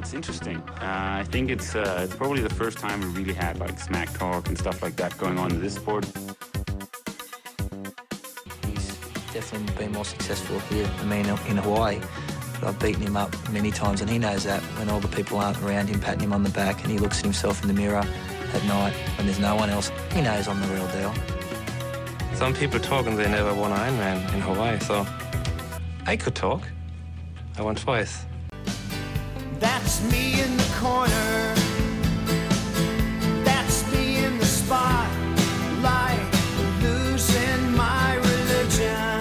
it's interesting. I think it's probably the first time we really had like smack talk and stuff like that going on in this sport. He's definitely been more successful here than me in Hawaii. But I've beaten him up many times, and he knows that when all the people aren't around him patting him on the back and he looks at himself in the mirror at night when there's no one else, he knows I'm the real deal. Some people talk and they never won Ironman in Hawaii, so I could talk. I won twice. That's me in the corner. That's me in the spotlight, losing my religion,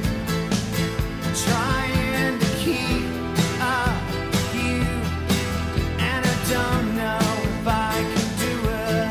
trying to keep up with you, and I don't know if I can do it.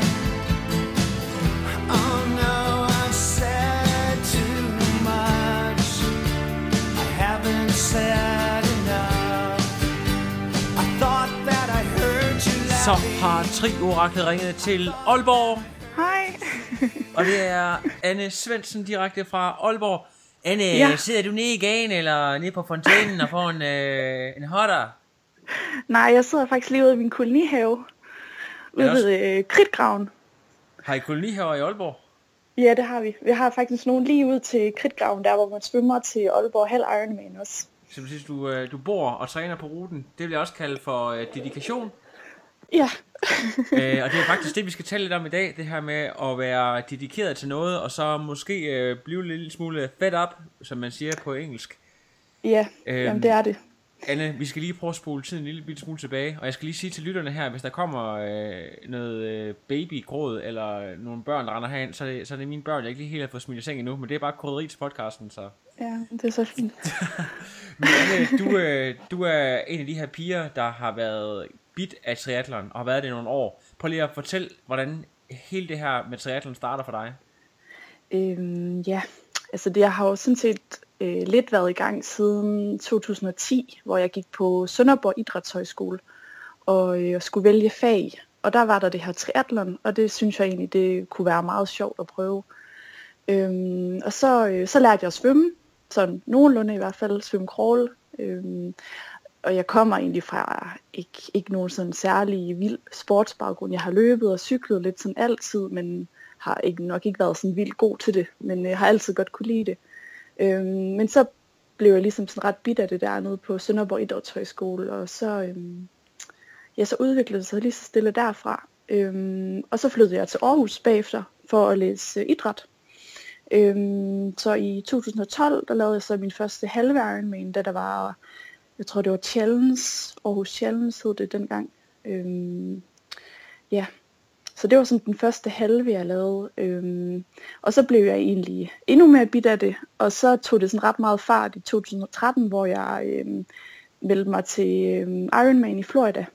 Oh no, I've said too much. I haven't said enough. I thought that I heard you Så har Tri-oraklet ringet til Aalborg, Hej. og det er Anne Svendsen direkte fra Aalborg. Anne, sidder du nede i gaden eller nede på fontænen og får en hotter? Nej, jeg sidder faktisk lige ude i min kolonihave. Ude ved Kridtgraven. Har I kolonihaver i Aalborg? Ja, det har vi. Vi har faktisk nogen lige ud til Kridtgraven, der hvor man svømmer til Aalborg halv Ironman også. Så hvis du bor og træner på ruten, det vil jeg også kalde for dedikation. Ja. Og det er faktisk det, vi skal tale lidt om i dag. Det her med at være dedikeret til noget, og så måske blive en lille smule fed up, som man siger på engelsk. Ja, jamen det er det. Anne, vi skal lige prøve at spole tiden en lille smule tilbage. Og jeg skal lige sige til lytterne her, hvis der kommer noget babygråd, eller nogle børn, der render herind, så er det mine børn, jeg ikke lige helt har fået smidt i seng endnu. Men det er bare krydderi til podcasten, så... Ja, det er så fint. Men Anne, du er en af de her piger, der har været bit af triathlon, og har været det i nogle år. Prøv lige at fortælle, hvordan hele det her med triathlon starter for dig. Ja, altså det har jo sådan set lidt været i gang siden 2010, hvor jeg gik på Sønderborg Idrætshøjskole og skulle vælge fag. Og der var der det her triathlon, og det synes jeg egentlig, det kunne være meget sjovt at prøve. Og så lærte jeg at svømme, sådan nogenlunde i hvert fald, svømme crawl. Og jeg kommer egentlig fra ikke nogen sådan særlig vild sportsbaggrund. Jeg har løbet og cyklet lidt sådan altid, men har nok ikke været sådan vildt god til det. Men jeg har altid godt kunne lide det. Men så blev jeg ligesom sådan ret bidt af det der nede på Sønderborg Idrætshøjskole. Og så, så udviklede det sig lige så stille derfra. Og så flyttede jeg til Aarhus bagefter for at læse idræt. Så i 2012, der lavede jeg så min første halve Ironman, da der var, jeg tror det var Challenge, Aarhus Challenge hed det dengang. Så det var sådan den første halve, jeg lavede. Og så blev jeg egentlig endnu mere bidt af det, og så tog det sådan ret meget fart i 2013, hvor jeg meldte mig til Ironman i Florida.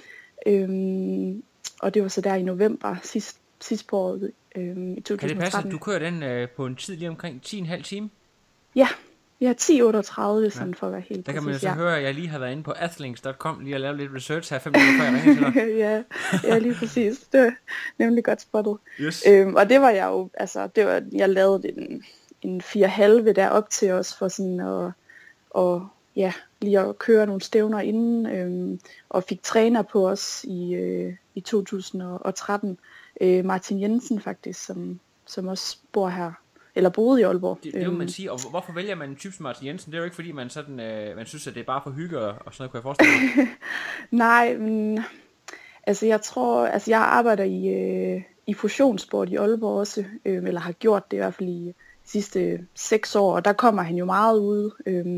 Og det var så der i november sidst på året. I 2013. Kan det passe, at du kører den på en tid lige omkring 10,5 time? Ja, 10:38 sådan for at være helt der kan præcis, man jo så høre, at jeg lige har været inde på athlinks.com lige at lave lidt research her 5 minutter før jeg ringer til dig. ja, lige præcis. Det var nemlig godt spottet. Yes. Og det var jeg jo, altså jeg lavede en 4,5 der op til os for sådan lige at køre nogle stævner inden, og fik træner på os i 2013. Martin Jensen faktisk, som også bor her, eller boede i Aalborg. Det vil man sige, og hvorfor vælger man en type som Martin Jensen? Det er jo ikke fordi, man sådan, man synes, at det er bare for hygge og sådan noget, kunne jeg forestille mig. Nej, men altså jeg tror, jeg arbejder i fusionssport i Aalborg også, eller har gjort det i hvert fald i de sidste 6 år, og der kommer han jo meget ud.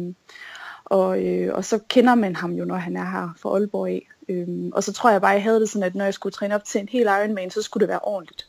Og så kender man ham jo, når han er her fra Aalborg af. Og så tror jeg bare, jeg havde det sådan, at når jeg skulle træne op til en hel Ironman, så skulle det være ordentligt.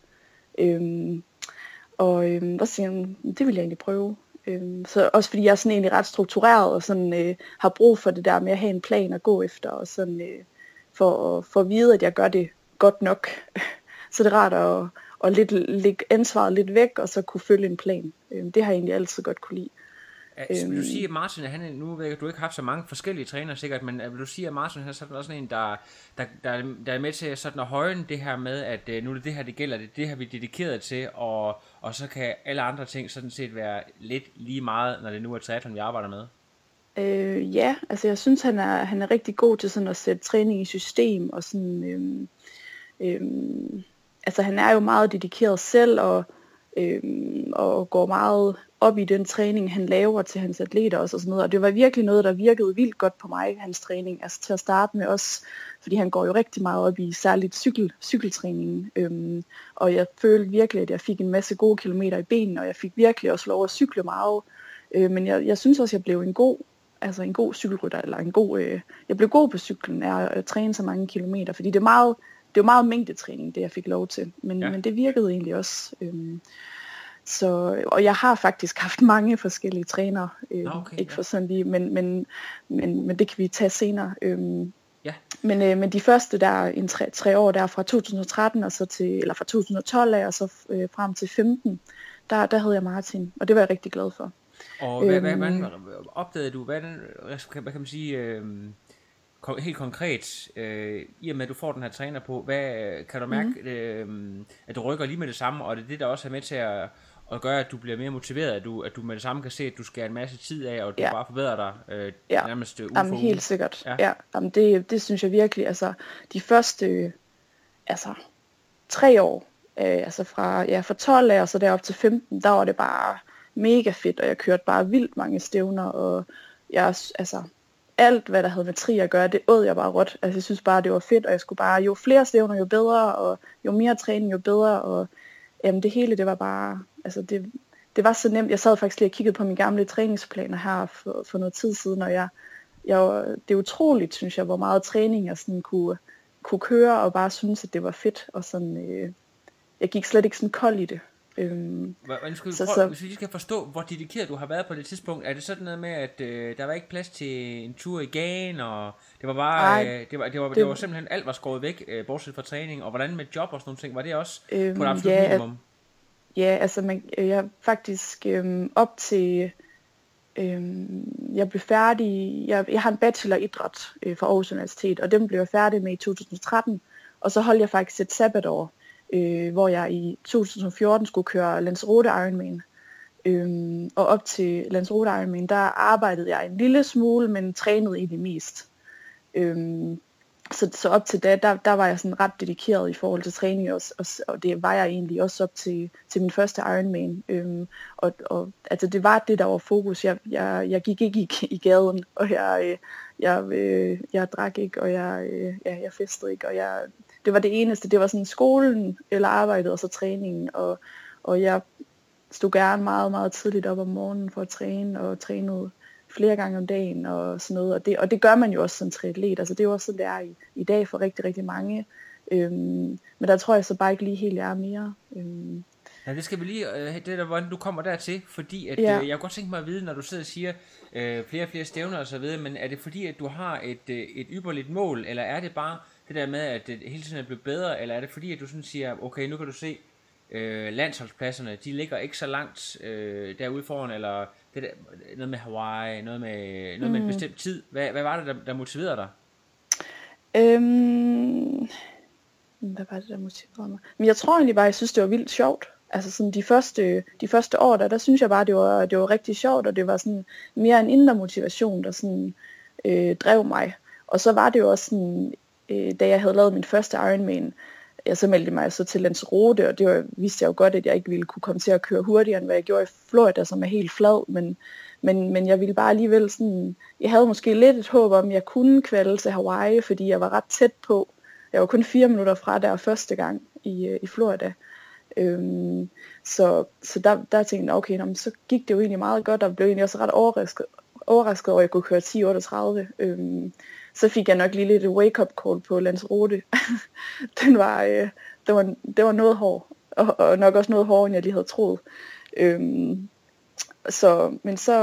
Og så siger jeg, det vil jeg egentlig prøve. Så også fordi jeg er sådan egentlig ret struktureret, og sådan har brug for det der med at have en plan at gå efter, og sådan for at vide, at jeg gør det godt nok. Så det er rart at lægge ansvaret lidt væk, og så kunne følge en plan. Det har jeg egentlig altid godt kunne lide. Vil du sige, at Martin, nu ved jeg, at du ikke har haft så mange forskellige trænere sikkert, men vil du sige, at Martin er sådan også en, der er med til sådan at højne det her med, at nu er det her, det gælder, det har vi dedikeret til, og så kan alle andre ting sådan set være lidt lige meget, når det nu er triathlon, vi arbejder med? Ja, altså jeg synes, han er rigtig god til sådan at sætte træning i system, og sådan, altså han er jo meget dedikeret selv, og går meget op i den træning, han laver til hans atleter også, og sådan noget. Og det var virkelig noget, der virkede vildt godt på mig, hans træning. Altså til at starte med også, fordi han går jo rigtig meget op i særligt cykeltræningen. Og jeg følte virkelig, at jeg fik en masse gode kilometer i benene, og jeg fik virkelig også lov at cykle meget. Men jeg synes også, at jeg blev en god cykelrytter, eller jeg blev god på cyklen af at træne så mange kilometer, fordi det er jo meget mængdetræning, det jeg fik lov til. Men det virkede egentlig også. Og jeg har faktisk haft mange forskellige trænere, ikke for sådan lige, men det kan vi tage senere. Men de første der, 3 år der fra 2013 og så til, eller fra 2012 af og så frem til 15, der havde jeg Martin, og det var jeg rigtig glad for. Og hvad opdagede du, hvad kan man sige, helt konkret, i og med at du får den her træner på, hvad kan du mærke, at du rykker lige med det samme, og det er det, der også er med til at gøre, at du bliver mere motiveret, at du med det samme kan se, at du skal have en masse tid af, og du bare forbedrer dig nærmest uge for uge. Helt sikkert. Ja. Jamen, det synes jeg virkelig, altså de første 3 år, altså fra 12 af og så derop til 15, der var det bare mega fedt, og jeg kørte bare vildt mange stævner, og jeg, alt hvad der havde med tri at gøre, det åd jeg bare råt. Altså jeg synes bare, det var fedt, og jeg skulle bare, jo flere stævner, jo bedre, og jo mere træning, jo bedre, og det hele, det var bare, altså det var så nemt. Jeg sad faktisk lige og kiggede på mine gamle træningsplaner her for noget tid siden, og det er utroligt, synes jeg, hvor meget træning jeg sådan kunne køre, og bare synes, at det var fedt, og sådan, jeg gik slet ikke sådan kold i det. Hvis vi lige skal forstå, hvor dedikeret du har været på det tidspunkt, er det sådan noget med, at der var ikke plads til en tur i gagen, og det var bare, det var simpelthen, alt var skåret væk, bortset fra træning, og hvordan med job og sådan nogle ting, var det også på et absolut minimum? Ja, altså jeg faktisk op til, jeg blev færdig, jeg har en bachelor i idræt fra Aarhus Universitet, og den blev jeg færdig med i 2013, og så holdt jeg faktisk et sabbatår, hvor jeg i 2014 skulle køre Lanzarote Ironman. Og op til Lanzarote Ironman, der arbejdede jeg en lille smule, men trænede egentlig mest. Så op til der var jeg sådan ret dedikeret i forhold til træning også, og det var jeg egentlig også op til min første Ironman. Og altså det var det, der var fokus. Jeg gik ikke i gaden, og jeg drak ikke, og jeg festede ikke, og det var det eneste. Det var sådan skolen eller arbejdet og så træningen, og jeg stod gerne meget, meget tidligt op om morgenen for at træne, og trænede flere gange om dagen og sådan noget, og det gør man jo også som triatlet, altså det er jo også sådan, det er i dag for rigtig, rigtig mange, men der tror jeg så bare ikke lige helt, jeg er mere. Ja, det skal vi lige, det der, hvordan du kommer dertil, fordi at, jeg kunne godt tænke mig at vide, når du sidder og siger flere og flere stævner og så videre, men er det fordi, at du har et ypperligt mål, eller er det bare det der med, at det hele tiden er blevet bedre, eller er det fordi, at du sådan siger, okay, nu kan du se, landsholdspladserne, de ligger ikke så langt derude foran, eller det der, noget med Hawaii, noget med en bestemt tid. Hvad var det, der motiverede dig? Hvad var det, der motiverede mig? Men jeg tror egentlig bare, jeg synes, det var vildt sjovt. Altså sådan de første år, der synes jeg bare, det var rigtig sjovt, og det var sådan mere en indre motivation, der sådan drev mig. Og så var det jo også sådan, da jeg havde lavet min første Ironman, jeg så meldte mig så til Lanzarote, og vidste jeg jo godt, at jeg ikke ville kunne komme til at køre hurtigere, end hvad jeg gjorde i Florida, som er helt flad, men jeg ville bare alligevel sådan, jeg havde måske lidt et håb om, at jeg kunne kvalde til Hawaii, fordi jeg var ret tæt på. Jeg var kun 4 minutter fra der første gang i Florida. Så der tænkte jeg, okay, så gik det jo egentlig meget godt, og blev egentlig også ret overrasket over, at jeg kunne køre 10:38. Så fik jeg nok lige lidt wake-up call på Lanzarote. Det var noget hård, og nok også noget hårdere, end jeg lige havde troet. Så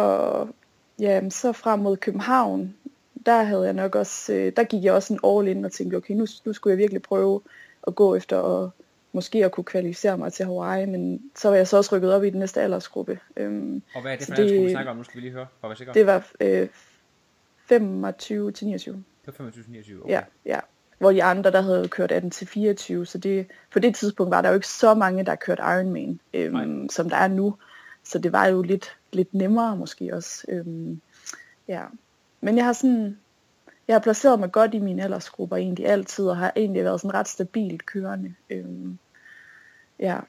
frem mod København, der havde jeg nok også, der gik jeg også en all in og tænkte, okay, nu skulle jeg virkelig prøve at gå efter og måske at kunne kvalificere mig til Hawaii, men så var jeg så også rykket op i den næste aldersgruppe. Og hvad er det for en aldersgruppe, vi snakker om? Nu skal vi lige høre, for at være sikker. Det var 25 til 29. Det var 25 til 29, okay. Ja. Hvor de andre, der havde kørt 18 til 24, så på det tidspunkt var der jo ikke så mange, der kørte Ironman, som der er nu. Så det var jo lidt nemmere måske også. Men jeg har placeret mig godt i mine aldersgrupper egentlig altid, og har egentlig været sådan ret stabilt kørende. Ja.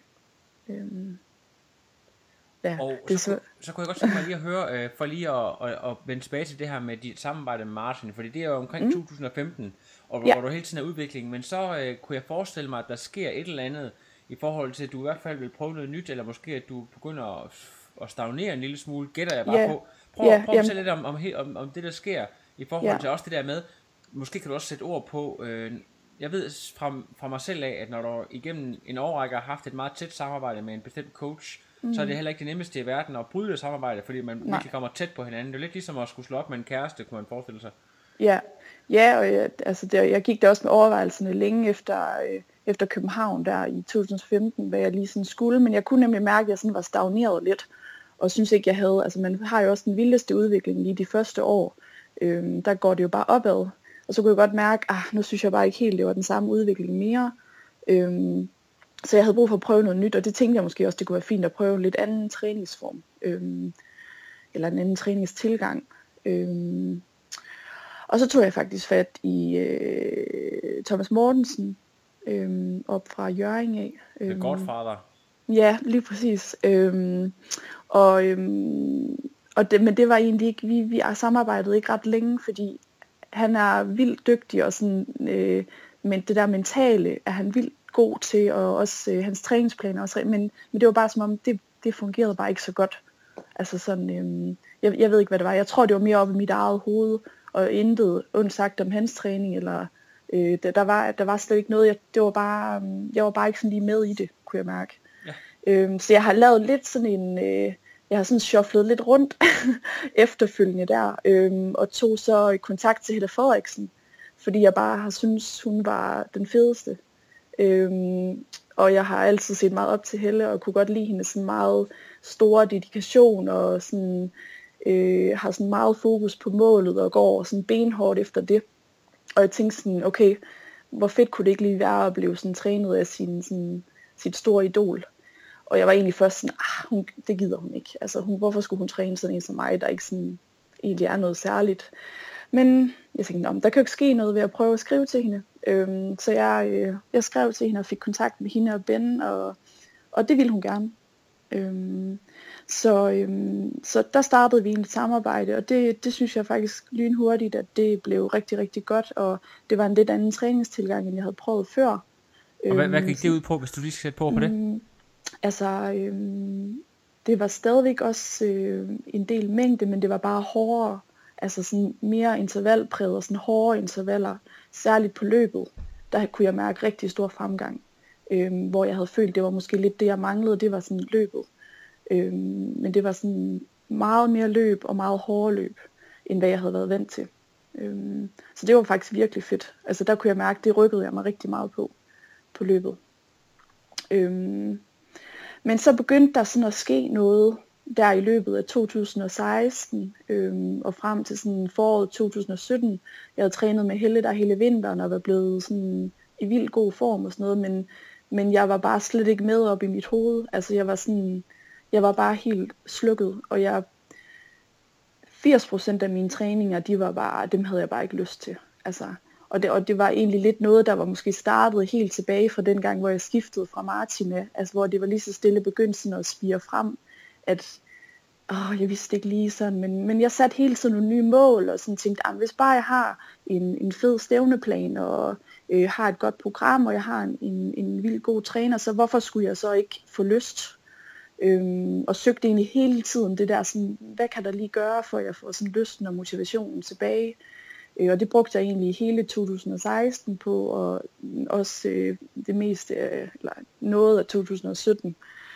Ja, Og så kunne jeg godt tænke mig lige at høre, for lige at vende tilbage til det her med dit samarbejde med Martin, fordi det er jo omkring 2015, og hvor du hele tiden er udvikling, men så kunne jeg forestille mig, at der sker et eller andet i forhold til, at du i hvert fald vil prøve noget nyt, eller måske at du begynder at stagnere en lille smule, gætter jeg bare på. Prøv at fortælle lidt om det, der sker, i forhold til også det der med, måske kan du også sætte ord på, jeg ved fra mig selv af, at når du igennem en årrække har haft et meget tæt samarbejde med en bestemt coach, så er det heller ikke det nemmeste i verden at bryde det samarbejde, fordi man virkelig kommer tæt på hinanden. Det er lidt ligesom at skulle slå op med en kæreste, kunne man forestille sig. Ja, og jeg gik der også med overvejelserne længe efter København der i 2015, hvad jeg lige sådan skulle, men jeg kunne nemlig mærke, at jeg sådan var stagneret lidt, og synes ikke, jeg havde, altså man har jo også den vildeste udvikling lige de første år, der går det jo bare opad, og så kunne jeg godt mærke, nu synes jeg bare ikke helt, det var den samme udvikling mere, så jeg havde brug for at prøve noget nyt, og det tænkte jeg måske også, det kunne være fint at prøve en lidt anden træningsform, eller en anden træningstilgang. Og så tog jeg faktisk fat i Thomas Mortensen, op fra Hjørring af. The Godfather. Ja, lige præcis. Men det var egentlig ikke, vi samarbejdede ikke ret længe, fordi han er vildt dygtig, og sådan, men det der mentale er han vildt god til, og også hans træningsplaner også, men det var bare som om, det fungerede bare ikke så godt. Altså sådan, jeg ved ikke, hvad det var. Jeg tror, det var mere oppe i mit eget hoved, og intet ondt sagt om hans træning, eller der var slet ikke noget. Jeg var bare ikke sådan lige med i det, kunne jeg mærke. Ja. Så jeg har lavet lidt sådan jeg har sådan shufflet lidt rundt efterfølgende der, og tog så kontakt til Helle Frederiksen, fordi jeg bare har syntes, hun var den fedeste. Og jeg har altid set meget op til Helle, og kunne godt lide hende sådan meget store dedikation, og sådan, har sådan meget fokus på målet, og går sådan benhårdt efter det. Og jeg tænkte sådan, okay, hvor fedt kunne det ikke lige være at blive sådan trænet af sit store idol. Og jeg var egentlig først sådan, det gider hun ikke. Altså, hvorfor skulle hun træne sådan en som mig, der ikke sådan egentlig er noget særligt. Men jeg tænkte, der kan jo ikke ske noget ved at prøve at skrive til hende. Så jeg skrev til hende og fik kontakt med hende og Ben, og det ville hun gerne. Så der startede vi et samarbejde, og det synes jeg faktisk lynhurtigt, at det blev rigtig, rigtig godt, og det var en lidt anden træningstilgang, end jeg havde prøvet før. Og hvad gik det ud på, hvis du lige skal sætte på det? Det var stadigvæk også en del mængde, men det var bare hårdere, altså sådan mere intervalpræget og sådan hårde intervaller, særligt på løbet, der kunne jeg mærke rigtig stor fremgang, hvor jeg havde følt, det var måske lidt det, jeg manglede, det var sådan løbet. Men det var sådan meget mere løb og meget hårdere løb, end hvad jeg havde været vant til. Så det var faktisk virkelig fedt. Altså der kunne jeg mærke, det rykkede jeg mig rigtig meget på løbet. Men så begyndte der sådan at ske noget der i løbet af 2016 og frem til sådan foråret 2017. Jeg havde trænet med Helle der hele vinteren og var blevet sådan i vildt god form og sådan noget, men jeg var bare slet ikke med op i mit hoved. Altså jeg var bare helt slukket, og 80% af mine træninger, dem havde jeg bare ikke lyst til. Altså, og det var egentlig lidt noget, der var måske startet helt tilbage fra den gang, hvor jeg skiftede fra Martin, altså hvor det var lige så stille begyndelsen at spire frem, at jeg vidste ikke lige sådan, men jeg satte hele tiden nogle nye mål, og sådan tænkte, hvis bare jeg har en fed stævneplan, og har et godt program, og jeg har en vildt god træner, så hvorfor skulle jeg så ikke få lyst? Og søgte egentlig hele tiden det der, sådan, hvad kan der lige gøre, for at jeg får sådan lysten og motivationen tilbage? Og det brugte jeg egentlig hele 2016 på, og også det meste, eller noget af 2017.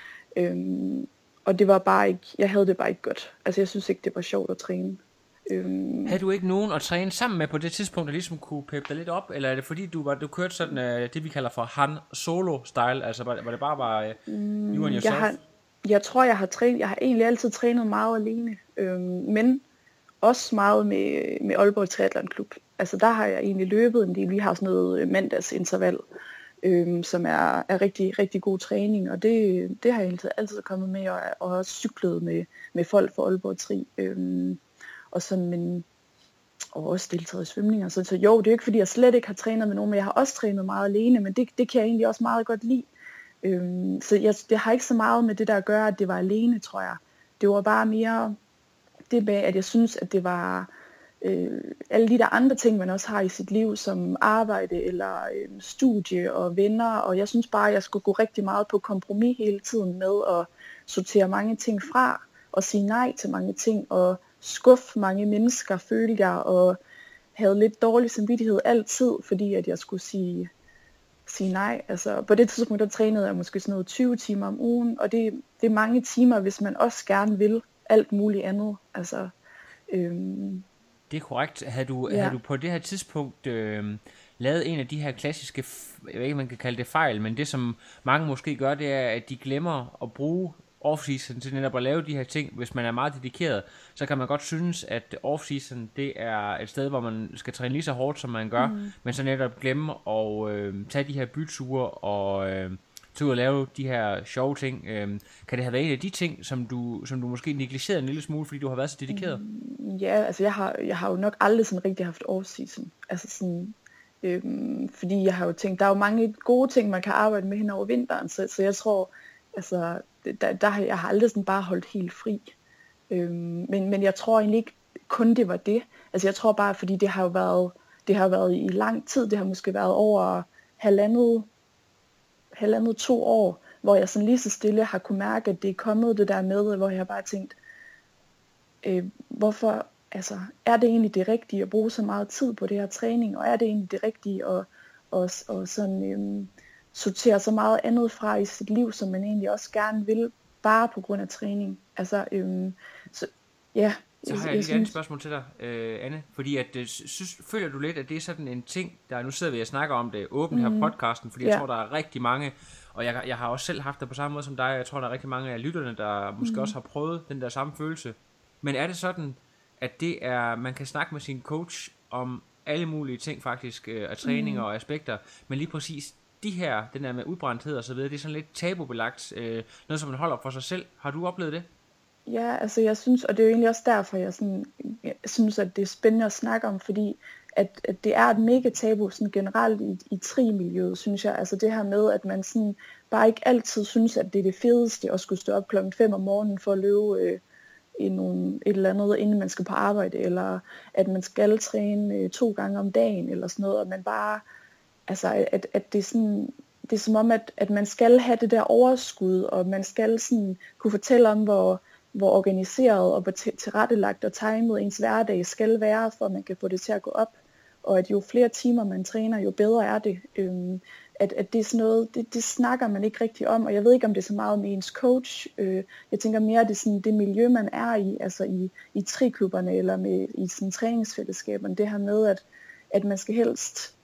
Og det var bare ikke, jeg havde det bare ikke godt. Altså jeg synes ikke, det var sjovt at træne. Havde du ikke nogen at træne sammen med på det tidspunkt, der ligesom kunne peppe dig lidt op? Eller er det fordi, du kørte sådan det, vi kalder for Han Solo-style? Altså var det bare you and yourself? Jeg tror, jeg har egentlig altid trænet meget alene. Men også meget med Aalborg Triathlon Klub. Altså der har jeg egentlig løbet en del. Vi har sådan noget mandagsinterval, som er rigtig, rigtig god træning. Og det har jeg altid kommet med, og også cyklet med folk fra Aalborg Tri. Og sådan, og også deltaget i svømning. Så jo, det er jo ikke fordi, jeg slet ikke har trænet med nogen, men jeg har også trænet meget alene, men det kan jeg egentlig også meget godt lide. Så det har ikke så meget med det der at gøre, at det var alene, tror jeg. Det var bare mere det med, at jeg synes, at det var alle de der andre ting, man også har i sit liv, som arbejde eller studie og venner, og jeg synes bare, at jeg skulle gå rigtig meget på kompromis hele tiden med at sortere mange ting fra, og sige nej til mange ting, og skuffe mange mennesker, følte jeg, og havde lidt dårlig samvittighed altid, fordi at jeg skulle sige nej. Altså på det tidspunkt, der trænede jeg måske sådan noget 20 timer om ugen, og det er mange timer, hvis man også gerne vil alt muligt andet. Altså, Det er korrekt. Havde du på det her tidspunkt lavet en af de her klassiske, jeg ved ikke, man kan kalde det fejl, men det som mange måske gør, det er, at de glemmer at bruge off-season til netop at lave de her ting. Hvis man er meget dedikeret, så kan man godt synes, at off-season, det er et sted, hvor man skal træne lige så hårdt, som man gør, men så netop glemme at tage de her byture og tage ud og lave de her sjove ting. Kan det have været en af de ting, som du måske negligerede en lille smule, fordi du har været så dedikeret? Ja, altså jeg har jo nok aldrig sådan rigtig haft off-season. Altså sådan, fordi jeg har jo tænkt, der er jo mange gode ting, man kan arbejde med hen over vinteren, så jeg tror, altså jeg har aldrig sådan bare holdt helt fri. Men jeg tror egentlig ikke kun det var det. Altså jeg tror bare, fordi det har været i lang tid, det har måske været over halvandet 2 år, hvor jeg sådan lige så stille har kunne mærke, at det er kommet det der med, hvor jeg har bare tænkt, hvorfor, altså er det egentlig det rigtige at bruge så meget tid på det her træning, og er det egentlig det rigtige at sådan sortere så meget andet fra i sit liv, som man egentlig også gerne vil, bare på grund af træning. Altså, så ja. Så har jeg lige et andet spørgsmål til dig, Anne, fordi at, føler du lidt, at det er sådan en ting, der nu sidder vi og snakker om det åbent her på podcasten, fordi jeg tror, der er rigtig mange, og jeg har også selv haft det på samme måde som dig, og jeg tror, der er rigtig mange af lytterne, der måske også har prøvet den der samme følelse. Men er det sådan, at det er, man kan snakke med sin coach om alle mulige ting faktisk, af træninger og aspekter, men lige præcis den der med udbrændthed og så videre, det er sådan lidt tabubelagt, noget som man holder for sig selv. Har du oplevet det? Ja, altså jeg synes, og det er jo egentlig også derfor, jeg synes, at det er spændende at snakke om, fordi at det er et mega tabu sådan generelt i tri-miljøet, synes jeg. Altså det her med, at man sådan bare ikke altid synes, at det er det fedeste at skulle stå op 5:00 om morgenen for at løbe et eller andet, inden man skal på arbejde, eller at man skal træne 2 gange om dagen, eller sådan noget, og man bare, altså at det er sådan, det er som om, at man skal have det der overskud, og man skal sådan kunne fortælle om, hvor organiseret og hvor tilrettelagt og timet ens hverdag skal være, for at man kan få det til at gå op. Og at jo flere timer man træner, jo bedre er det. At det er sådan noget, det snakker man ikke rigtig om, og jeg ved ikke, om det er så meget med ens coach. Jeg tænker mere, at det er sådan det miljø, man er i, altså i triklubberne eller i sådan træningsfællesskaberne. Det her med, at man skal helst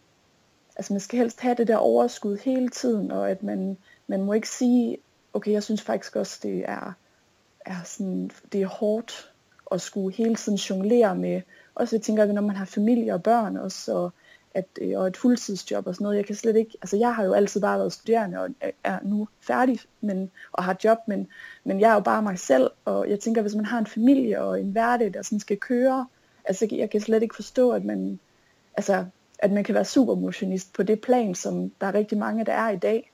have det der overskud hele tiden, og at man må ikke sige, okay, jeg synes faktisk også, det er sådan, det er hårdt at skulle hele tiden jonglere med. Også jeg tænker, når man har familie og børn også, og et fuldtidsjob og sådan noget. Jeg kan slet ikke, altså jeg har jo altid bare været studerende og er nu færdig og har job, men jeg er jo bare mig selv, og jeg tænker, hvis man har en familie og en hverdag, der sådan skal køre, altså jeg kan slet ikke forstå, at man kan være supermotionist på det plan, som der er rigtig mange, der er i dag.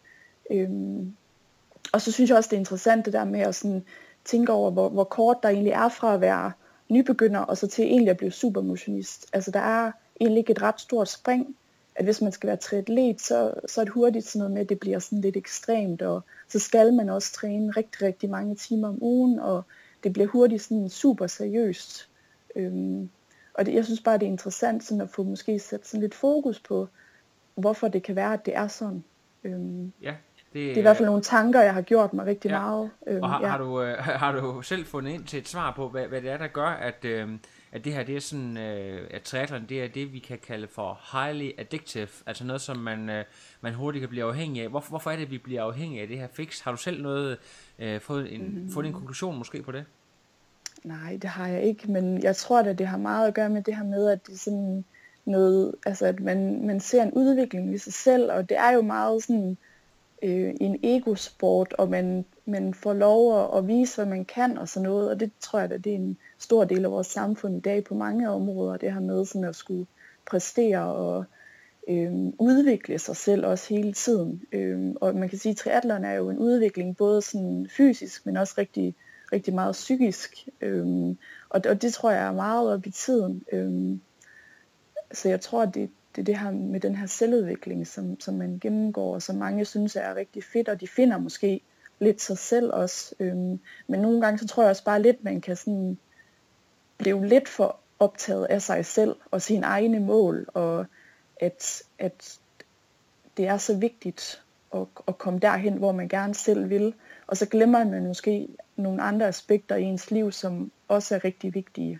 Og så synes jeg også, det er interessant det der med at sådan tænke over, hvor kort der egentlig er fra at være nybegynder, og så til egentlig at blive supermotionist. Altså der er egentlig ikke et ret stort spring, at hvis man skal være triatlet, så er det hurtigt sådan noget med, at det bliver sådan lidt ekstremt, og så skal man også træne rigtig, rigtig mange timer om ugen, og det bliver hurtigt sådan super seriøst. Og jeg synes bare, det er interessant sådan at få måske sat sådan lidt fokus på, hvorfor det kan være, at det er sådan. Ja. Det er i hvert fald nogle tanker, jeg har gjort mig rigtig meget. Og har du selv fundet ind til et svar på, hvad det er, der gør, at det her, det er sådan, at triathlon, det er det, vi kan kalde for highly addictive, altså noget, som man hurtigt kan blive afhængig af. Hvorfor er det, at vi bliver afhængige af det her fix? Har du selv fået en konklusion måske på det? Nej, det har jeg ikke, men jeg tror, at det har meget at gøre med det her med, at det er sådan noget, altså at man ser en udvikling i sig selv, og det er jo meget sådan, i en egosport, og man får lov at vise, hvad man kan og sådan noget, og det tror jeg, at det er en stor del af vores samfund i dag på mange områder, det her med sådan at skulle præstere og udvikle sig selv også hele tiden. Og man kan sige, at triathlon er jo en udvikling, både sådan fysisk, men også rigtig, rigtig meget psykisk. Og det tror jeg er meget op i tiden. Så jeg tror, at det er det her med den her selvudvikling, som man gennemgår, og som mange synes er rigtig fedt, og de finder måske lidt sig selv også. Men nogle gange, så tror jeg også bare lidt, man kan sådan blive lidt for optaget af sig selv og sine egne mål, og at det er så vigtigt at komme derhen, hvor man gerne selv vil. Og så glemmer man måske nogle andre aspekter i ens liv, som også er rigtig vigtige.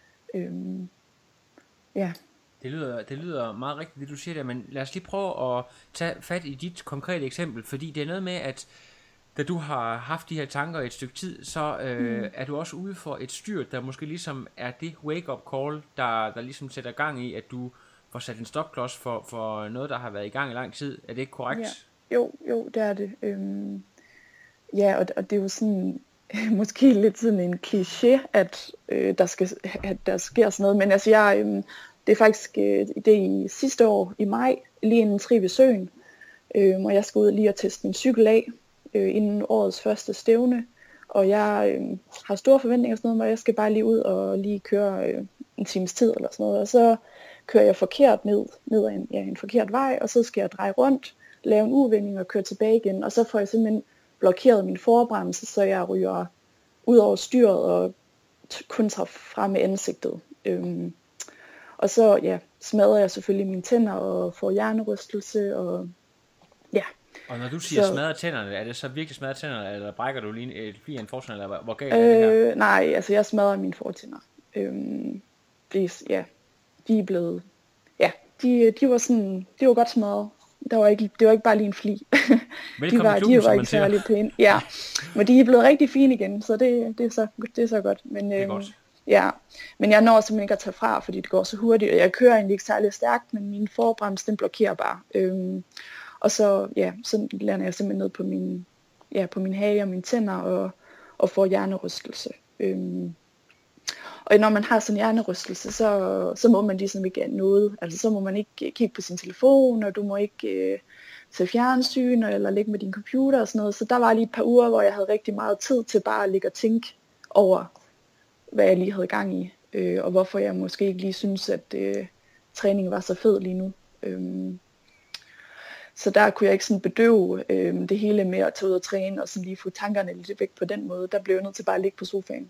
Ja. Det lyder meget rigtigt, det du siger der, men lad os lige prøve at tage fat i dit konkrete eksempel, fordi det er noget med, at da du har haft de her tanker i et stykke tid, så er du også ude for et styrt, der måske ligesom er det wake-up call, der ligesom sætter gang i, at du får sat en stopklods for noget, der har været i gang i lang tid. Er det ikke korrekt? Ja. Jo, det er det. Ja, og det er jo sådan måske lidt sådan en kliché, at der sker sådan noget, men altså det er faktisk det i sidste år i maj, lige inden Tri ved Søen, og jeg skal ud lige og teste min cykel af inden årets første stævne, og jeg har store forventninger og sådan noget, men jeg skal bare lige ud og lige køre en times tid eller sådan noget, og så kører jeg forkert ned ad en forkert vej, og så skal jeg dreje rundt, lave en uvending og køre tilbage igen, og så får jeg simpelthen blokeret min forbremse, så jeg ryger ud over styret og kun tager frem med ansigtet. Og så smadrer jeg selvfølgelig mine tænder og får hjernerystelse og ja. Og når du siger smadrer tænderne, er det så virkelig smadrer tænderne, eller brækker du lige en fortænder, eller hvor galt er det her? Nej, altså jeg smadrer mine fortænder. De er blevet, de var sådan, de var godt smadret. Det var ikke bare lige en fli. De var ikke særlig pæne. Ja, men de er blevet rigtig fine igen, så det er så godt. Men, det er godt. Ja, men jeg når simpelthen ikke at tage fra, fordi det går så hurtigt, og jeg kører egentlig ikke særlig stærkt, men min forbremse, den blokerer bare. Og så lander jeg simpelthen ned på min hage og mine tænder og får hjernerystelse. Og når man har sådan en hjernerystelse, så må man ligesom ikke noget. Altså så må man ikke kigge på sin telefon, og du må ikke se fjernsyn eller ligge med din computer og sådan noget. Så der var lige et par uger, hvor jeg havde rigtig meget tid til bare at ligge og tænke over, hvad jeg lige havde gang i, og hvorfor jeg måske ikke lige synes, at træningen var så fed lige nu. Så der kunne jeg ikke sådan bedøve det hele med at tage ud og træne, og sådan lige få tankerne lidt væk på den måde. Der blev jeg nødt til bare at ligge på sofaen.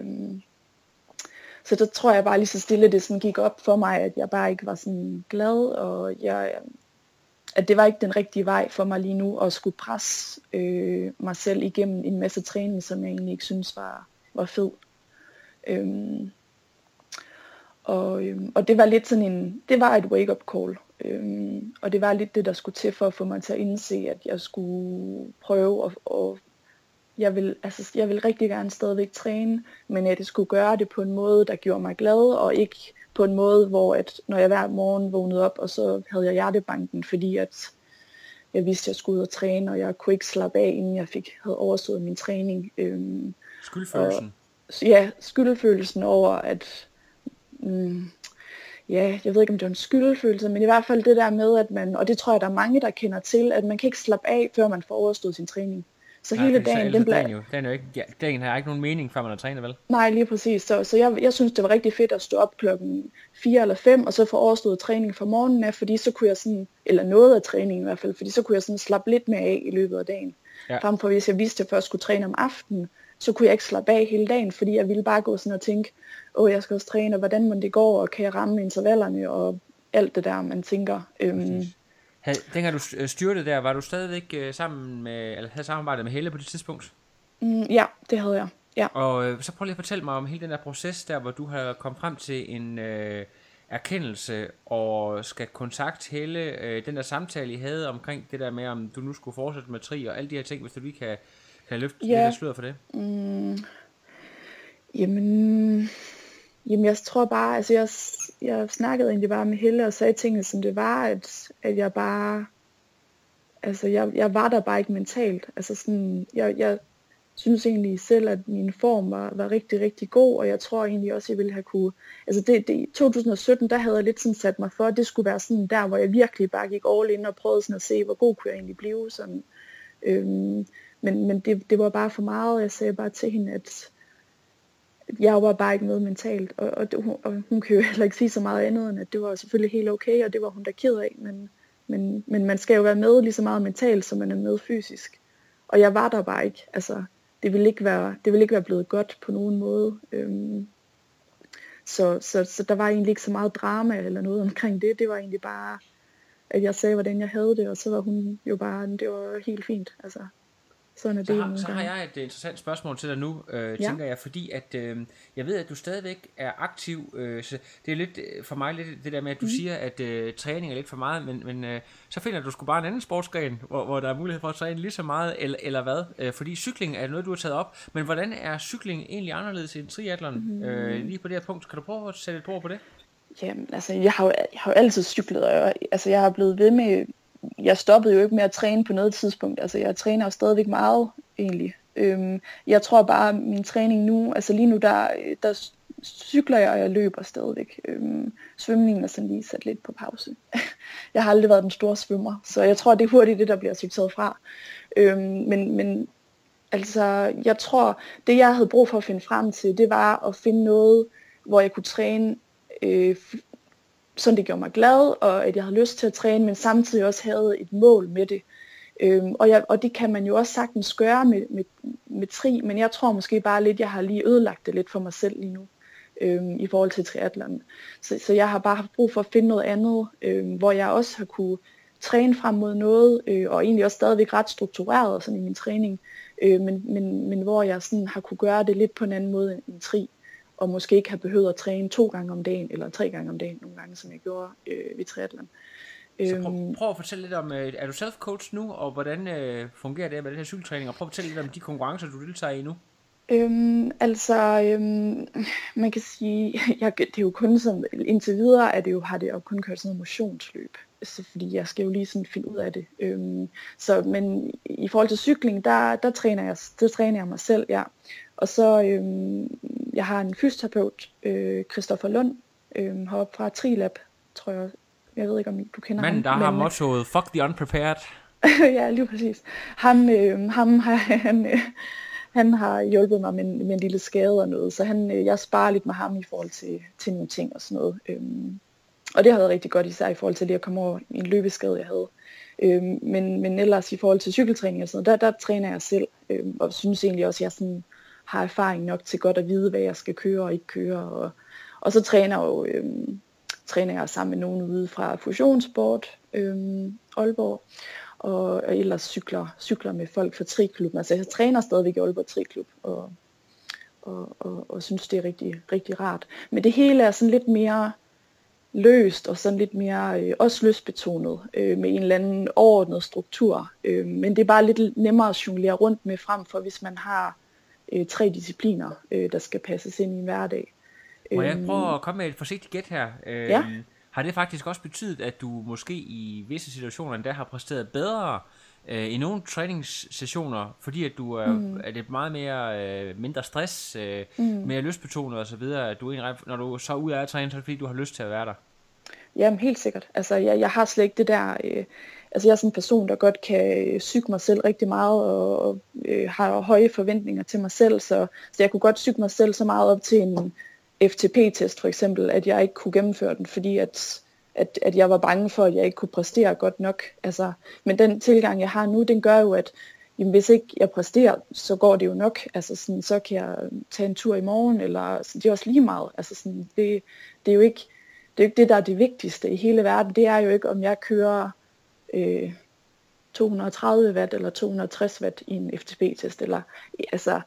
Så der tror jeg bare lige så stille, det sådan gik op for mig, at jeg bare ikke var sådan glad, og at det var ikke den rigtige vej for mig lige nu, at skulle presse mig selv igennem en masse træning, som jeg egentlig ikke synes var fed. Og det var lidt sådan det var et wake-up call, og det var lidt det, der skulle til for at få mig til at indse, at jeg skulle prøve jeg vil rigtig gerne stadigvæk træne, men at jeg skulle gøre det på en måde, der gjorde mig glad, og ikke på en måde, hvor at når jeg hver morgen vågnede op, og så havde jeg hjertebanken, fordi at jeg vidste, at jeg skulle ud og træne, og jeg kunne ikke slappe af, inden jeg havde overstået min træning. Skyldfølelsen? Skyldfølelsen over, at jeg ved ikke, om det er en skyldfølelse, men i hvert fald det der med, at man, og det tror jeg, der er mange, der kender til, at man kan ikke slappe af, før man får overstået sin træning. Så hele dagen, dagen har ikke nogen mening, før man har trænet, vel? Nej, lige præcis. Så jeg synes, det var rigtig fedt at stå op klokken 4 eller 5, og så få overstået træning fra morgenen af, fordi så kunne jeg sådan, eller noget af træningen i hvert fald, fordi så kunne jeg sådan slappe lidt mere af i løbet af dagen. Ja. Frem for hvis jeg vidste, at jeg først skulle træne om aftenen, så kunne jeg ikke slappe af hele dagen, fordi jeg ville bare gå sådan og tænke, jeg skal også træne, og hvordan man det går, og kan jeg ramme intervallerne, og alt det der, man tænker. Dengang du styrtede der, var du stadigvæk sammen med, eller havde samarbejdet med Helle på det tidspunkt? Ja, det havde jeg. Ja. Og så prøv lige at fortælle mig om hele den der proces der, hvor du har kommet frem til en erkendelse og skal kontakte Helle. Den der samtale, I havde omkring det der med, om du nu skulle fortsætte med tri og alle de her ting, hvis du lige kan løfte lidt af sløret for det. Jamen jeg tror bare, altså jeg snakkede egentlig bare med Helle og sagde tingene som det var, at jeg bare, Altså, jeg var der bare ikke mentalt. Altså sådan, jeg synes egentlig selv, at min form var rigtig, rigtig god, og jeg tror egentlig også, jeg ville have kunne... Altså, i 2017, der havde jeg lidt sådan sat mig for, at det skulle være sådan der, hvor jeg virkelig bare gik all in og prøvede sådan at se, hvor god kunne jeg egentlig blive. Sådan. Men det var bare for meget. Jeg sagde bare til hende, at jeg var bare ikke noget mentalt, og hun kan jo heller ikke sige så meget andet, end at det var selvfølgelig helt okay, og det var hun da ked af, men man skal jo være med lige så meget mentalt, som man er med fysisk. Og jeg var der bare ikke. Altså, det ville ikke være blevet godt på nogen måde. Så der var egentlig ikke så meget drama eller noget omkring det. Det var egentlig bare, at jeg sagde, hvordan jeg havde det, og så var hun jo bare, det var helt fint. Altså, sådan er det. Så har jeg et interessant spørgsmål til dig nu, tænker jeg, fordi at jeg ved, at du stadigvæk er aktiv. Så det er lidt for mig lidt det der med, at du siger, at træning er lidt for meget, men så finder du sgu bare en anden sportsgren, hvor der er mulighed for at træne lige så meget, eller hvad? Fordi cykling er noget, du har taget op, men hvordan er cykling egentlig anderledes end triathlon? Lige på det her punkt, kan du prøve at sætte et ord på det? Jamen, altså, jeg har jo altid cyklet, og altså, jeg har blevet ved med... Jeg stoppede jo ikke med at træne på noget tidspunkt. Altså, jeg træner jo stadigvæk meget, egentlig. Jeg tror bare, min træning nu... Altså, lige nu, der cykler jeg, og jeg løber stadigvæk. Svømningen er sådan lige sat lidt på pause. Jeg har aldrig været den store svømmer, så jeg tror, det er hurtigt det, der bliver sorteret fra. Men altså, jeg tror, det jeg havde brug for at finde frem til, det var at finde noget, hvor jeg kunne træne... sådan det gjorde mig glad, og at jeg havde lyst til at træne, men samtidig også havde et mål med det. Og det kan man jo også sagtens gøre med tri, men jeg tror måske bare lidt, jeg har lige ødelagt det lidt for mig selv lige nu, i forhold til triathlon. Så jeg har bare haft brug for at finde noget andet, hvor jeg også har kunne træne frem mod noget, og egentlig også stadigvæk ret struktureret sådan i min træning, men hvor jeg sådan har kunne gøre det lidt på en anden måde end tri. Og måske ikke have behøvet at træne 2 gange om dagen, eller 3 gange om dagen, nogle gange, som jeg gjorde ved triathlon. Så prøv at fortælle lidt om, er du self-coach nu, og hvordan fungerer det med den her cykeltræning, og prøv at fortælle lidt om de konkurrencer, du deltager i nu. Man kan sige, det er jo kun sådan, indtil videre har det jo kun kørt sådan noget motionsløb, så fordi jeg skal jo lige sådan finde ud af det. Men i forhold til cykling, der træner jeg mig selv, ja. Og så, jeg har en fysioterapeut, Christoffer Lund, heroppe fra Trilab, tror jeg. Jeg ved ikke, om du kender ham. Men der har mottoet, fuck the unprepared. Ja, lige præcis. Han har hjulpet mig med en lille skade og noget, så jeg sparer lidt med ham i forhold til nogle ting og sådan noget. Og det har været rigtig godt, især i forhold til lige at komme over en løbeskade, jeg havde. Men ellers i forhold til cykeltræning og sådan noget, der træner jeg selv, og synes egentlig også, at jeg sådan har erfaring nok til godt at vide, hvad jeg skal køre og ikke køre. Og så træner jeg sammen med nogen ude fra Fusionssport, Aalborg, og ellers cykler med folk fra Triklubben. Altså jeg træner stadigvæk i Aalborg Triklub, og synes, det er rigtig, rigtig rart. Men det hele er sådan lidt mere løst, og sådan lidt mere også lystbetonet, med en eller anden overordnet struktur. Men det er bare lidt nemmere at jonglere rundt med, frem for hvis man har 3 discipliner, der skal passes ind i en hverdag. Må jeg prøve at komme med et forsigtigt gæt her? Ja. Har det faktisk også betydet, at du måske i visse situationer endda har præsteret bedre i nogle træningssessioner, fordi at du er det meget mere mindre stress, mere lystbetonet og så videre, at du når du så ud af at træne, så er det fordi du har lyst til at være der? Jamen helt sikkert. Altså jeg har slet ikke det der. Altså jeg er sådan en person, der godt kan psyke mig selv rigtig meget og har høje forventninger til mig selv, så jeg kunne godt psyke mig selv så meget op til en FTP-test for eksempel, at jeg ikke kunne gennemføre den, fordi at jeg var bange for, at jeg ikke kunne præstere godt nok. Altså, men den tilgang, jeg har nu, den gør jo, at jamen, hvis ikke jeg præsterer, så går det jo nok. Altså, sådan, så kan jeg tage en tur i morgen, eller sådan, det er også lige meget. Altså, sådan, det er jo ikke det, der er det vigtigste i hele verden. Det er jo ikke, om jeg kører 230 watt eller 260 watt i en FTP-test. Eller, altså,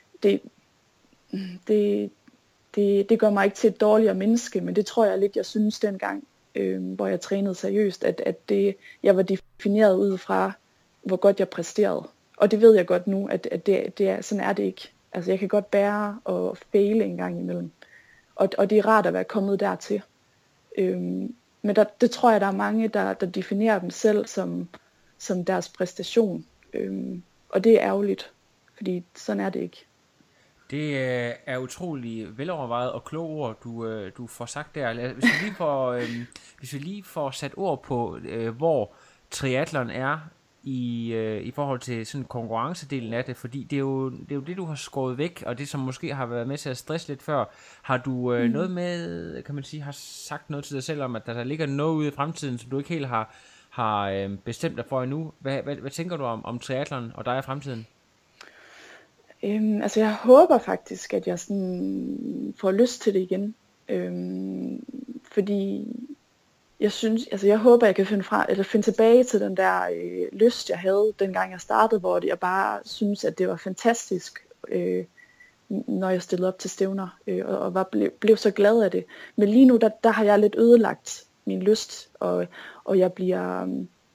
det gør mig ikke til et dårligere menneske, men det tror jeg lidt, jeg synes dengang, hvor jeg trænede seriøst, at jeg var defineret ud fra, hvor godt jeg præsterede. Og det ved jeg godt nu, at sådan er det ikke. Altså jeg kan godt bære og faile en gang imellem. Og det er rart at være kommet dertil. Men det tror jeg, der er mange, der definerer dem selv som som deres præstation. Og det er ærgerligt, fordi sådan er det ikke. Det er utrolig velovervejet og kloge ord, du får sagt der. Hvis vi lige får sat ord på, hvor triathlon er i forhold til sådan konkurrencedelen af det, fordi det er jo det, du har skåret væk, og det, som måske har været med til at stresse lidt før. Har du noget med, kan man sige, har sagt noget til dig selv om, at der ligger noget ude i fremtiden, som du ikke helt har bestemt dig for endnu? Hvad tænker du om triathlon og dig i fremtiden? Altså jeg håber faktisk, at jeg sådan får lyst til det igen. Fordi jeg håber, jeg kan finde tilbage til den der lyst, jeg havde, dengang jeg startede, hvor jeg bare synes, at det var fantastisk, når jeg stillede op til stævner, og blev så glad af det. Men lige nu, der har jeg lidt ødelagt min lyst, og jeg bliver...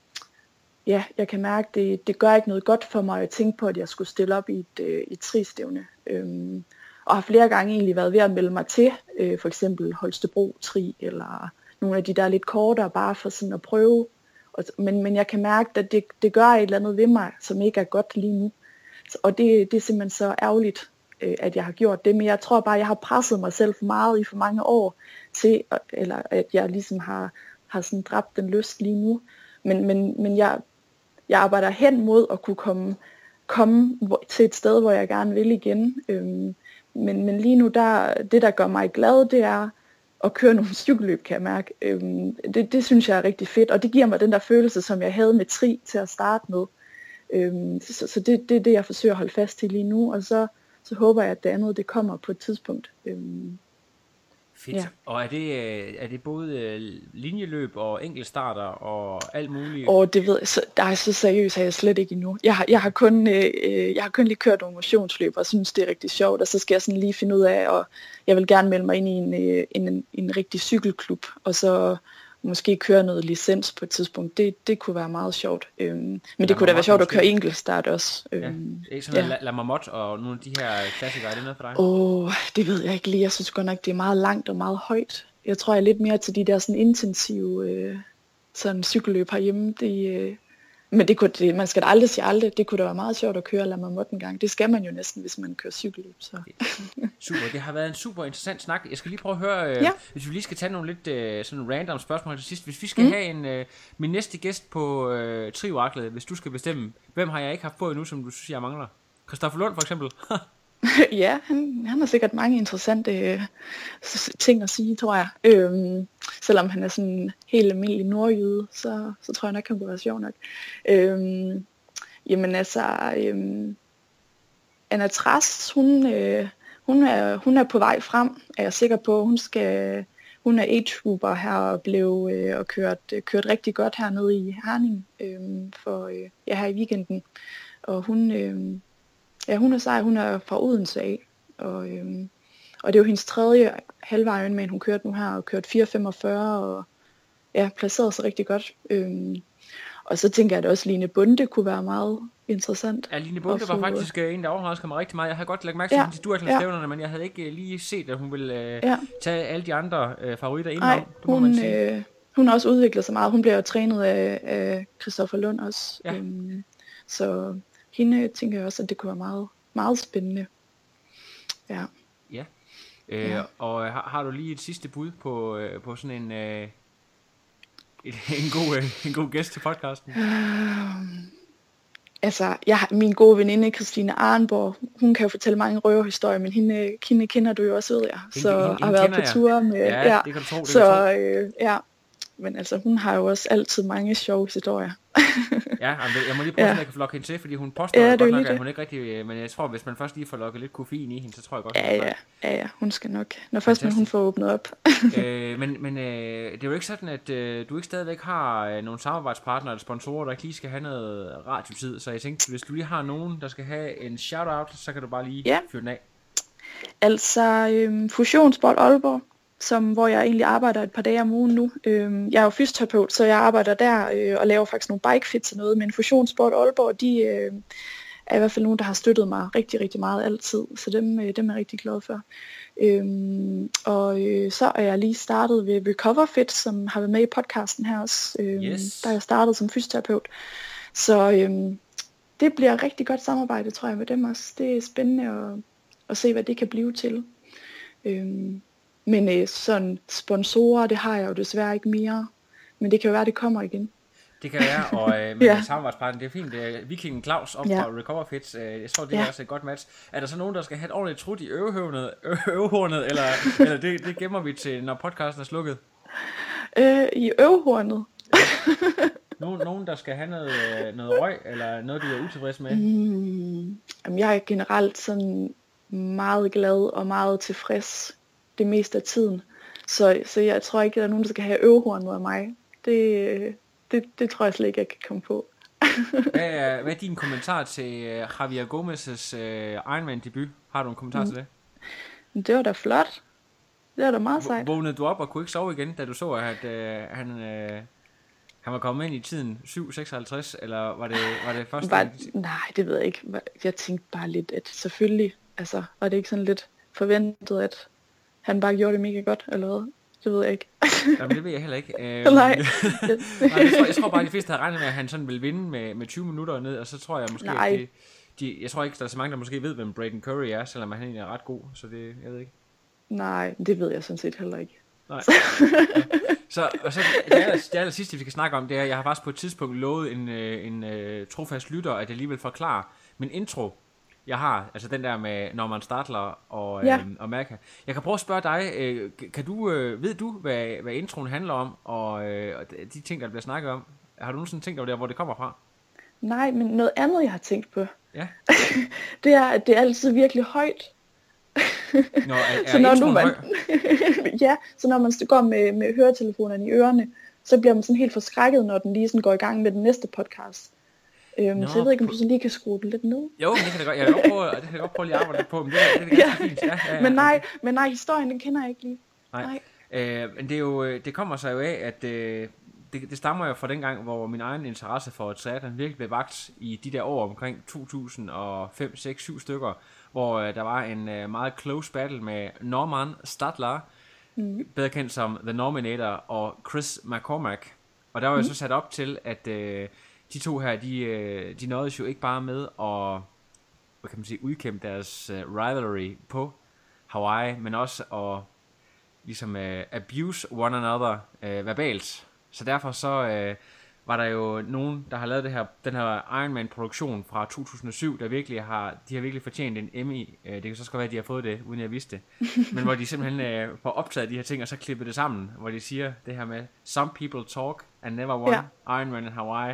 jeg kan mærke, det gør ikke noget godt for mig at tænke på, at jeg skulle stille op i et tristævne. Og har flere gange egentlig været ved at melde mig til, for eksempel Holstebro Tri, eller nogle af de der lidt kortere, bare for sådan at prøve. Men jeg kan mærke, at det gør et eller andet ved mig, som ikke er godt lige nu. Og det er simpelthen så ærgerligt, at jeg har gjort det. Men jeg tror bare, at jeg har presset mig selv for meget i for mange år til, eller at jeg ligesom har sådan dræbt den lyst lige nu. Men jeg arbejder hen mod at kunne komme til et sted, hvor jeg gerne vil igen. Men lige nu, det der gør mig glad, det er at køre nogle cykelløb, kan jeg mærke. Det synes jeg er rigtig fedt, og det giver mig den der følelse, som jeg havde med tri til at starte med. Så det er det, jeg forsøger at holde fast i lige nu, og så håber jeg, at det andet, det kommer på et tidspunkt. Fedt. Ja. Og er det både linjeløb og enkeltstarter og alt muligt? Det ved jeg, så seriøst er jeg slet ikke endnu. Jeg har kun lige kørt nogle motionsløb og synes det er rigtig sjovt, og så skal jeg sådan lige finde ud af, og jeg vil gerne melde mig ind i en rigtig cykelklub, og så måske køre noget licens på et tidspunkt. Det kunne være meget sjovt. Men det kunne da være sjovt at køre enkeltstart også. Ikke sådan La Marmotte og nogle af de her klassikere, er det noget for dig? Det ved jeg ikke lige. Jeg synes godt nok, det er meget langt og meget højt. Jeg tror, jeg er lidt mere til de der sådan intensive sådan cykelløb herhjemme. Men man skal da aldrig sige aldrig. Det kunne da være meget sjovt at køre La Marmotte en gang. Det skal man jo næsten, hvis man kører cykelløb. Så. Super, det har været en super interessant snak. Jeg skal lige prøve at høre, hvis vi lige skal tage nogle lidt sådan random spørgsmål til sidst. Hvis vi skal have min næste gæst på Trioraklet, hvis du skal bestemme, hvem har jeg ikke haft på endnu, som du synes, jeg mangler? Christoffer Lund for eksempel? Ja, han har sikkert mange interessante ting at sige, tror jeg. Selvom han er sådan helt almindelig nordjyde, så tror jeg nok, han kunne være sjov nok. Anna Trass, hun er på vej frem, er jeg sikker på. Hun er age-grouper her og blev og kørt rigtig godt hernede i Herning her i weekenden. Og hun er sej, hun er fra Odense af, og det er jo hendes tredje halve Ironman, hun kørte nu her, og kørt 4:45, og placerede sig rigtig godt. Og så tænker jeg, at også Line Bonde kunne være meget interessant. Ja, Line Bonde var faktisk en, der overraskede mig rigtig meget. Jeg havde godt lagt mærke til hendes duathlon-stævnerne, men jeg havde ikke lige set, at hun ville tage alle de andre favoritter indenom. Hun har også udviklet sig meget. Hun bliver jo trænet af Christoffer Lund også. Ja. Så hende tænker jeg også, at det kunne være meget, meget spændende. Ja. Ja. Og har du lige et sidste bud på sådan en god gæst til podcasten? Min gode veninde Christine Arnborg, hun kan jo fortælle mange røverhistorier, men hende kender du jo også, ved jeg. Så har været på ture med. Ja, det kan du tro. Men altså, hun har jo også altid mange sjove historier. Ja, jeg må lige prøve, at jeg kan få lokke hende til, fordi hun påstår godt nok, at hun ikke rigtig... Men jeg tror, hvis man først lige får lukket lidt koffein i hende, så tror jeg godt, Ja, hun skal nok. Når først hun får åbnet op. Men det er jo ikke sådan, at du ikke stadigvæk har nogle samarbejdspartnere eller sponsorer, der ikke lige skal have noget radiotid. Så jeg tænkte, hvis du lige har nogen, der skal have en shout-out, så kan du bare lige fyre den af. Altså, Fusionssport Aalborg, hvor jeg egentlig arbejder et par dage om ugen nu. Jeg er jo fysioterapeut, så jeg arbejder der og laver faktisk nogle bikefits og noget, men Fusionssport Aalborg, de er i hvert fald nogen, der har støttet mig rigtig, rigtig meget altid, så dem er jeg rigtig glad for. Så er jeg lige startet ved Recover Fit, som har været med i podcasten her også. Der er jeg startet som fysioterapeut. Så det bliver rigtig godt samarbejde, tror jeg, med dem også. Det er spændende at se, hvad det kan blive til. Men sådan sponsorer, det har jeg jo desværre ikke mere. Men det kan jo være, det kommer igen. Det kan være, og med samarbejdspartner, det er fint. Vikingen Claus op fra Recover Fit, jeg tror, det er også et godt match. Er der så nogen, der skal have et ordentligt trut i øvehornet, eller det gemmer vi til, når podcasten er slukket? I øvehornet? Nogen, der skal have noget røg, eller noget, du er utilfreds med? Jamen, jeg er generelt sådan meget glad og meget tilfreds det meste af tiden. Så jeg tror ikke, at der er nogen, der skal have øvehornet af mig. Det tror jeg slet ikke, jeg kan komme på. Hvad er din kommentar til Javier Gomez' Ironman-debut? Har du en kommentar til det? Det var da flot. Det var da meget sejt. Vågnede du op og kunne ikke sove igen, da du så, at han var kommet ind i tiden 7:56, eller var det første? Nej, det ved jeg ikke. Jeg tænkte bare lidt, at selvfølgelig, altså, var det ikke sådan lidt forventet, at han bare gjorde det mega godt, eller hvad? Det ved jeg ikke. Jamen, det ved jeg heller ikke. Nej. Jeg tror bare, at de fleste havde regnet med, at han sådan ville vinde med 20 minutter ned, og så tror jeg måske, at jeg tror ikke, der er så mange, der måske ved, hvem Braden Curry er, selvom han egentlig er ret god, så det, jeg ved ikke. Nej, det ved jeg sådan set heller ikke. Nej. Så det aller sidste, vi kan snakke om, det er, at jeg har faktisk på et tidspunkt lovet en trofast lytter, at jeg lige vil forklare min intro, jeg har, altså den der med Norman Stadler og Mærka. Jeg kan prøve at spørge dig, ved du, hvad introen handler om, og de ting, der bliver snakket om? Har du nogensinde tænkt over der, hvor det kommer fra? Nej, men noget andet, jeg har tænkt på, ja. det er, at det er altid virkelig højt. Nå, så når man ja, så når man går med høretelefonerne i ørerne, så bliver man sådan helt forskrækket, når den lige sådan går i gang med den næste podcast. Så jeg ved ikke, om du så lige kan skrue den lidt ned. Jo, det kan det godt. Jeg kan godt prøve lige at arbejde på, men det er ganske fint. Ja, men nej, historien, den kender jeg ikke lige. Nej. Men det er jo, det kommer sig jo af, at det stammer jo fra den gang, hvor min egen interesse for triathlon virkelig blev vakt i de der år omkring 2005, 6, 7 stykker, hvor der var en meget close battle med Norman Stadler, bedre kendt som The Nominator, og Chris McCormack. Og der var jo så sat op til, at de to her, de nåede jo ikke bare med at, hvad kan man sige, udkæmpe deres rivalry på Hawaii, men også at ligesom abuse one another verbalt. Så derfor så var der jo nogen, der har lavet den her Ironman-produktion fra 2007, de har virkelig fortjent en Emmy. Det kan så godt være, at de har fået det, uden jeg vidste det. Men hvor de simpelthen får optaget de her ting, og så klippet det sammen, hvor de siger det her med, some people talk and never won Ironman in Hawaii.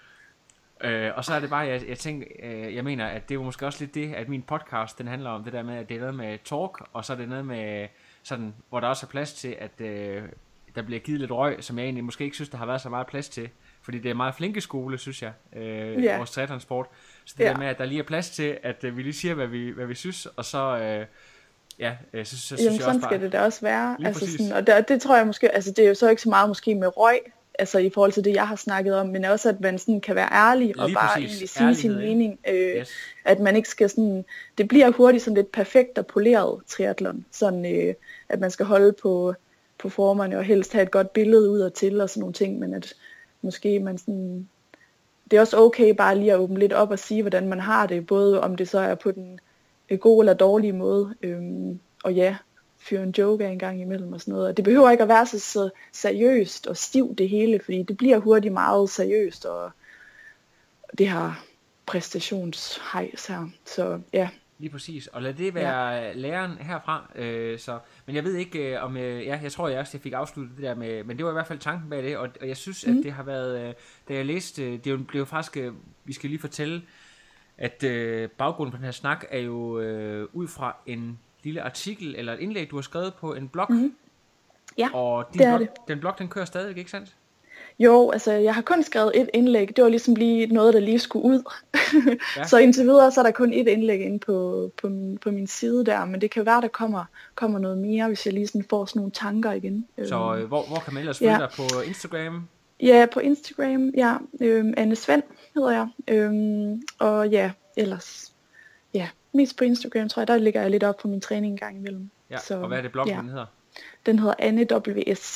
Og så er det bare, jeg tænker, jeg mener, at det er jo måske også lidt det, at min podcast, den handler om det der med, at det er noget med talk, og så er det noget med sådan, hvor der også er plads til, at der bliver givet lidt røg, som jeg egentlig måske ikke synes, der har været så meget plads til. Fordi det er meget flinke skole, synes jeg, vores triathlonsport. Så det der med, at der lige er plads til, at vi lige siger, hvad vi synes, og så, så synes jeg også sådan bare... skal det da også være. Altså sådan, og det tror jeg måske, altså det er jo så ikke så meget måske med røg, altså i forhold til det, jeg har snakket om, men også, at man sådan kan være ærlig, og bare egentlig sige sin mening. At man ikke skal sådan, det bliver hurtigt sådan lidt perfekt og poleret triathlon. Sådan, at man skal holde på formerne, og helst have et godt billede ud og til, og sådan nogle ting, men at måske man sådan, det er også okay bare lige at åbne lidt op og sige, hvordan man har det, både om det så er på den gode eller dårlige måde, og fyre en joke af en gang imellem og sådan noget. Og det behøver ikke at være så seriøst og stivt det hele, fordi det bliver hurtigt meget seriøst, og det her præstationshejs her. Så ja. Lige præcis, og lad det være læreren herfra. Men jeg ved ikke om, jeg tror jeg fik afsluttet det der med, men det var i hvert fald tanken bag det, og jeg synes, at det har været, da jeg læste, det blev faktisk, vi skal lige fortælle, at baggrunden på den her snak er jo ud fra en lille artikel, eller et indlæg, du har skrevet på en blog. Ja, og den blog, den kører stadig, ikke sandt? Jo, altså jeg har kun skrevet et indlæg. Det var ligesom lige noget, der lige skulle ud. Så indtil videre, så er der kun et indlæg inde på min side der. Men det kan være, der kommer noget mere, hvis jeg lige sådan får sådan nogle tanker igen. Så hvor kan man ellers følge dig? På Instagram? Ja, på Instagram. Ja, Anne Svend hedder jeg. Og ellers. Ja, mest på Instagram, tror jeg. Der ligger jeg lidt op på min træning en gang imellem. Ja, så, og hvad er det bloggen, den hedder? Den hedder Anne WS.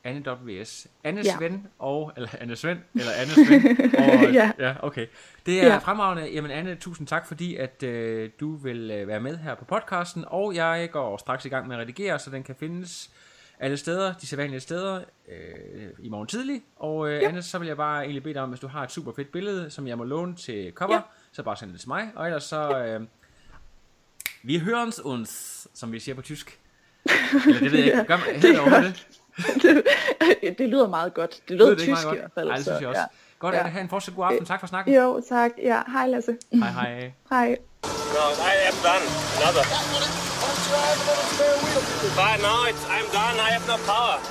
Anne W.S. Annes Ja. ven, eller Annes ven, eller Annes ven. Og, Ja. Okay. Det er Ja. fremragende. Jamen Anne, tusind tak, fordi at du vil være med her på podcasten, og jeg går straks i gang med at redigere, så den kan findes alle steder, de sædvanlige steder, i morgen tidlig. Og Anne, så vil jeg bare egentlig bede dig om, hvis du har et super fedt billede, som jeg må låne til cover, så bare send det til mig, og ellers så... vi hører uns, som vi siger på tysk. Eller det ved jeg ikke. Gør man helt over det? Det lyder meget godt. Det lyder ikke tysk meget godt? i hvert fald. Ej, det synes jeg også. Godt, at have en fortsat god aften. Tak for snakken. Jo, tak. Ja, hej Lasse. Hej, hej. Hej. No, I am done. Another. But no, I'm done. I have no power.